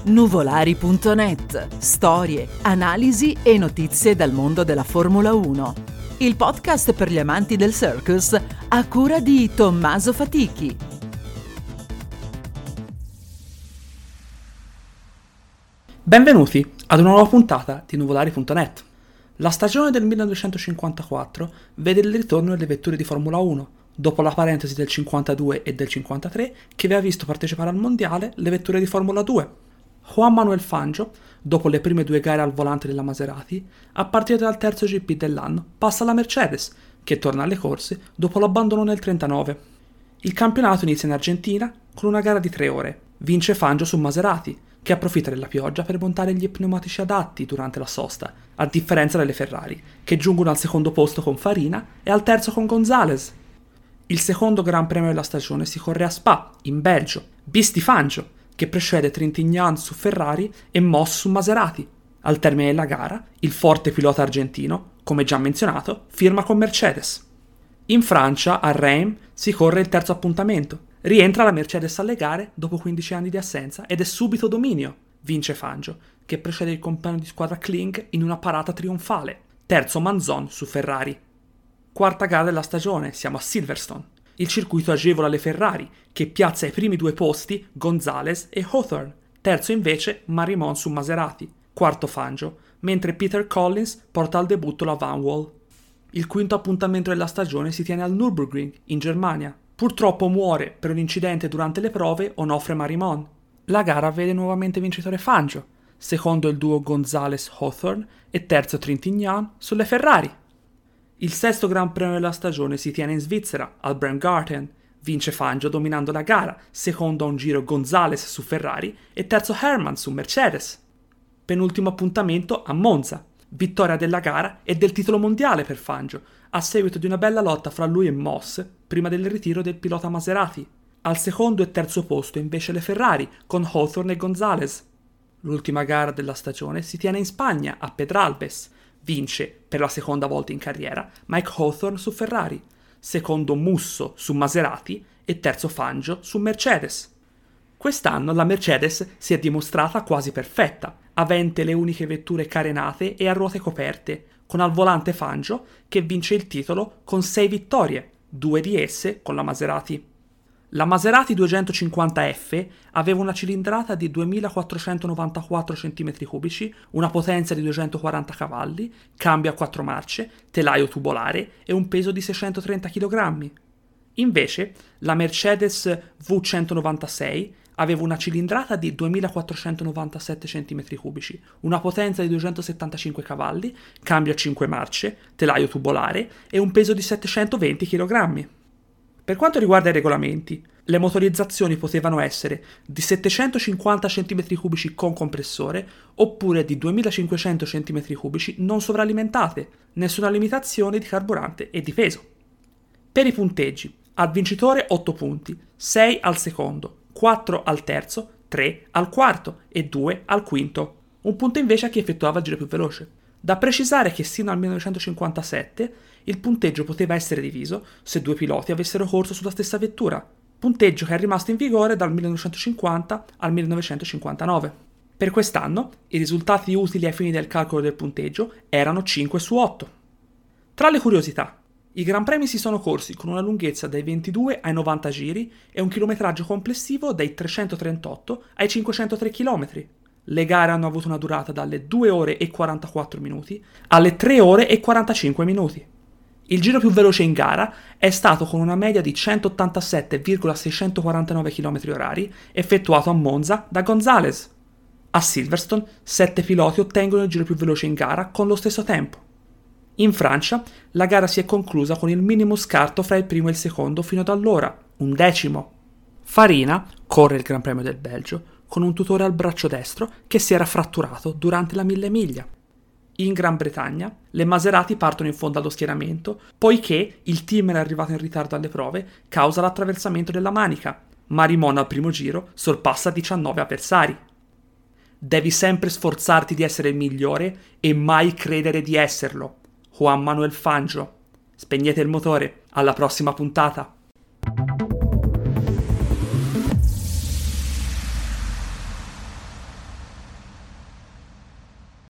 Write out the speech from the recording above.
Nuvolari.net. Storie, analisi e notizie dal mondo della Formula 1. Il podcast per gli amanti del circus a cura di Tommaso Fatichi. Benvenuti ad una nuova puntata di Nuvolari.net. La stagione del 1954 vede il ritorno delle vetture di Formula 1, dopo la parentesi del 52 e del 53 che aveva visto partecipare al mondiale le vetture di Formula 2. Juan Manuel Fangio, dopo le prime due gare al volante della Maserati, a partire dal terzo GP dell'anno passa alla Mercedes, che torna alle corse dopo l'abbandono nel 39. Il campionato inizia in Argentina con una gara di 3 ore. Vince Fangio su Maserati, che approfitta della pioggia per montare gli pneumatici adatti durante la sosta, a differenza delle Ferrari, che giungono al secondo posto con Farina e al terzo con González. Il secondo Gran Premio della stagione si corre a Spa, in Belgio, bis di Fangio, che precede Trintignant su Ferrari e Moss su Maserati. Al termine della gara, il forte pilota argentino, come già menzionato, firma con Mercedes. In Francia, a Reims, si corre il terzo appuntamento. Rientra la Mercedes alle gare dopo 15 anni di assenza ed è subito dominio. Vince Fangio, che precede il compagno di squadra Kling in una parata trionfale. Terzo Manzon su Ferrari. Quarta gara della stagione, siamo a Silverstone. Il circuito agevola le Ferrari, che piazza ai primi due posti González e Hawthorne. Terzo invece Marimon su Maserati. Quarto Fangio, mentre Peter Collins porta al debutto la Vanwall. Il quinto appuntamento della stagione si tiene al Nürburgring, in Germania. Purtroppo muore per un incidente durante le prove Onofre Marimon. La gara vede nuovamente vincitore Fangio, secondo il duo González-Hawthorne e terzo Trintignant sulle Ferrari. Il sesto Gran Premio della stagione si tiene in Svizzera, al Bremgarten. Vince Fangio dominando la gara, secondo a un giro González su Ferrari e terzo Hermann su Mercedes. Penultimo appuntamento a Monza. Vittoria della gara e del titolo mondiale per Fangio, a seguito di una bella lotta fra lui e Moss, prima del ritiro del pilota Maserati. Al secondo e terzo posto invece le Ferrari, con Hawthorne e González. L'ultima gara della stagione si tiene in Spagna, a Pedralbes. Vince, per la seconda volta in carriera, Mike Hawthorne su Ferrari, secondo Musso su Maserati e terzo Fangio su Mercedes. Quest'anno la Mercedes si è dimostrata quasi perfetta, avente le uniche vetture carenate e a ruote coperte, con al volante Fangio che vince il titolo con 6 vittorie, 2 di esse con la Maserati. La Maserati 250F aveva una cilindrata di 2494 cm3, una potenza di 240 cavalli, cambio a 4 marce, telaio tubolare e un peso di 630 kg. Invece, la Mercedes V196 aveva una cilindrata di 2497 cm3, una potenza di 275 cavalli, cambio a 5 marce, telaio tubolare e un peso di 720 kg. Per quanto riguarda i regolamenti, le motorizzazioni potevano essere di 750 cm3 con compressore oppure di 2500 cm3 non sovralimentate, nessuna limitazione di carburante e di peso. Per i punteggi, al vincitore 8 punti, 6 al secondo, 4 al terzo, 3 al quarto e 2 al quinto. Un punto invece a chi effettuava il giro più veloce. Da precisare che sino al 1957 il punteggio poteva essere diviso se due piloti avessero corso sulla stessa vettura, punteggio che è rimasto in vigore dal 1950 al 1959. Per quest'anno i risultati utili ai fini del calcolo del punteggio erano 5 su 8. Tra le curiosità, i Gran Premi si sono corsi con una lunghezza dai 22 ai 90 giri e un chilometraggio complessivo dai 338 ai 503 km. Le gare hanno avuto una durata dalle 2 ore e 44 minuti alle 3 ore e 45 minuti. Il giro più veloce in gara è stato con una media di 187,649 km/h effettuato a Monza da González. A Silverstone 7 piloti ottengono il giro più veloce in gara con lo stesso tempo. In Francia la gara si è conclusa con il minimo scarto fra il primo e il secondo fino ad allora, 1/10. Farina corre il Gran Premio del Belgio con un tutore al braccio destro che si era fratturato durante la 1000 miglia. In Gran Bretagna le Maserati partono in fondo allo schieramento poiché il team era arrivato in ritardo alle prove causa l'attraversamento della manica. Marimon al primo giro sorpassa 19 avversari. Devi sempre sforzarti di essere il migliore e mai credere di esserlo. Juan Manuel Fangio. Spegnete il motore, alla prossima puntata.